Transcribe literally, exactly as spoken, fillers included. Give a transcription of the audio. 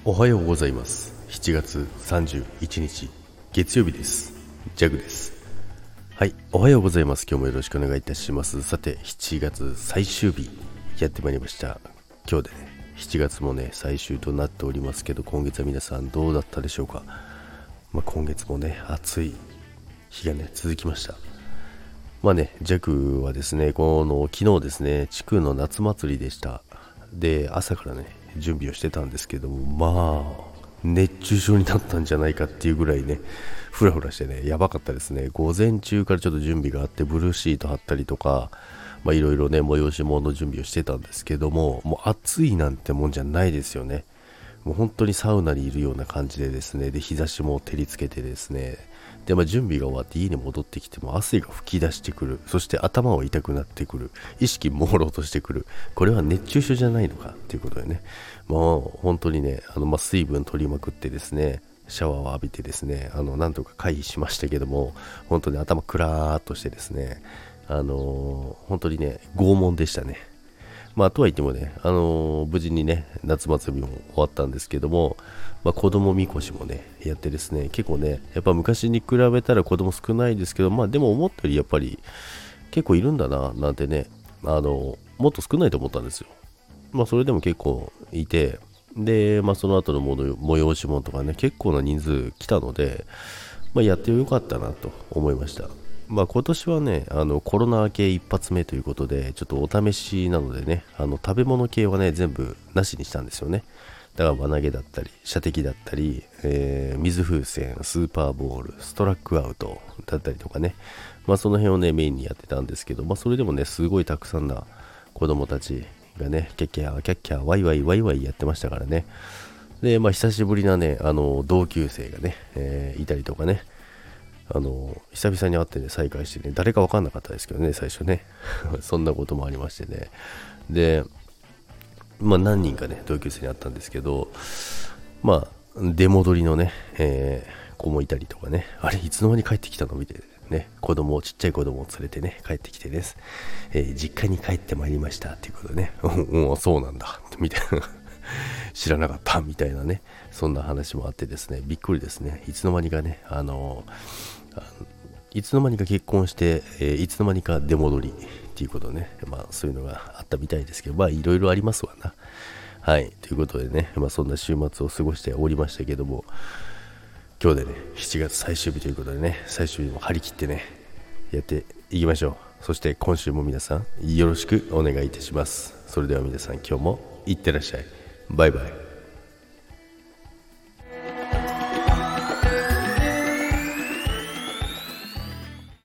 おはようございます。しちがつさんじゅういちにち月曜日です。ジャグです。はい、おはようございます。今日もよろしくお願いいたします。さて、しちがつ最終日やってまいりました。今日でね、しちがつもね最終となっておりますけど、今月は皆さんどうだったでしょうか。まあ、今月もね暑い日がね続きました。まあね、ジャグはですね、この昨日ですね、地区の夏祭りでした。で、朝からね準備をしてたんですけども、まあ熱中症になったんじゃないかっていうぐらいね、フラフラしてね、やばかったですね。午前中からちょっと準備があって、ブルーシート貼ったりとか、まあいろいろね、催し物の準備をしてたんですけども、もう暑いなんてもんじゃないですよね。もう本当にサウナにいるような感じでですね、で日差しも照りつけてですね、で、まあ、準備が終わって家に戻ってきても汗が噴き出してくる、そして頭は痛くなってくる、意識朦朧としてくる、これは熱中症じゃないのかっていうことでね、もう本当にね、あのまあ水分取りまくってですね、シャワーを浴びてですね、あのなんとか回避しましたけども、本当に頭クラーっとしてですね、あのー、本当にね拷問でしたね。まあ、とはいってもね、あのー無事にね夏祭りも終わったんですけども、まあ、子供みこしもねやってですね、結構ねやっぱ昔に比べたら子供少ないですけど、まあでも思ったよりやっぱり結構いるんだななんてね、あのもっと少ないと思ったんですよ。まあそれでも結構いて、で、まあ、その後のもの催し物とかね結構な人数来たので、まあ、やってよかったなと思いました。まあ、今年はね、あのコロナ明け一発目ということで、ちょっとお試しなのでね、あの食べ物系はね、全部なしにしたんですよね。だから輪投げだったり、射的だったり、えー水風船、スーパーボール、ストラックアウトだったりとかね、まあ、その辺をね、メインにやってたんですけど、まあ、それでもね、すごいたくさんな子供たちがね、キャッキャー、キャッキャー、ワイワイ、ワイワイやってましたからね。で、まあ、久しぶりなね、あの同級生がね、えーいたりとかね、あの久々に会ってね再会してね、誰か分かんなかったですけどね最初ねそんなこともありましてね。で、まあ何人かね同級生に会ったんですけど、まあ出戻りのね、えー子もいたりとかね、あれいつの間に帰ってきたのみたいなね、子供をちっちゃい子供を連れてね帰ってきてです、えー実家に帰ってまいりましたっていうことでねうんそうなんだみたいな知らなかったみたいなね、そんな話もあってですね、びっくりですね。いつの間にかね、あのあのいつの間にか結婚して、えーいつの間にか出戻りっていうことね、まあそういうのがあったみたいですけど、まあいろいろありますわな。はい、ということでね、まあそんな週末を過ごしておりましたけども、今日でね、しちがつ最終日ということでね、最終日も張り切ってね、やっていきましょう。そして今週も皆さんよろしくお願いいたします。それでは皆さん今日もいってらっしゃい。バイバイ。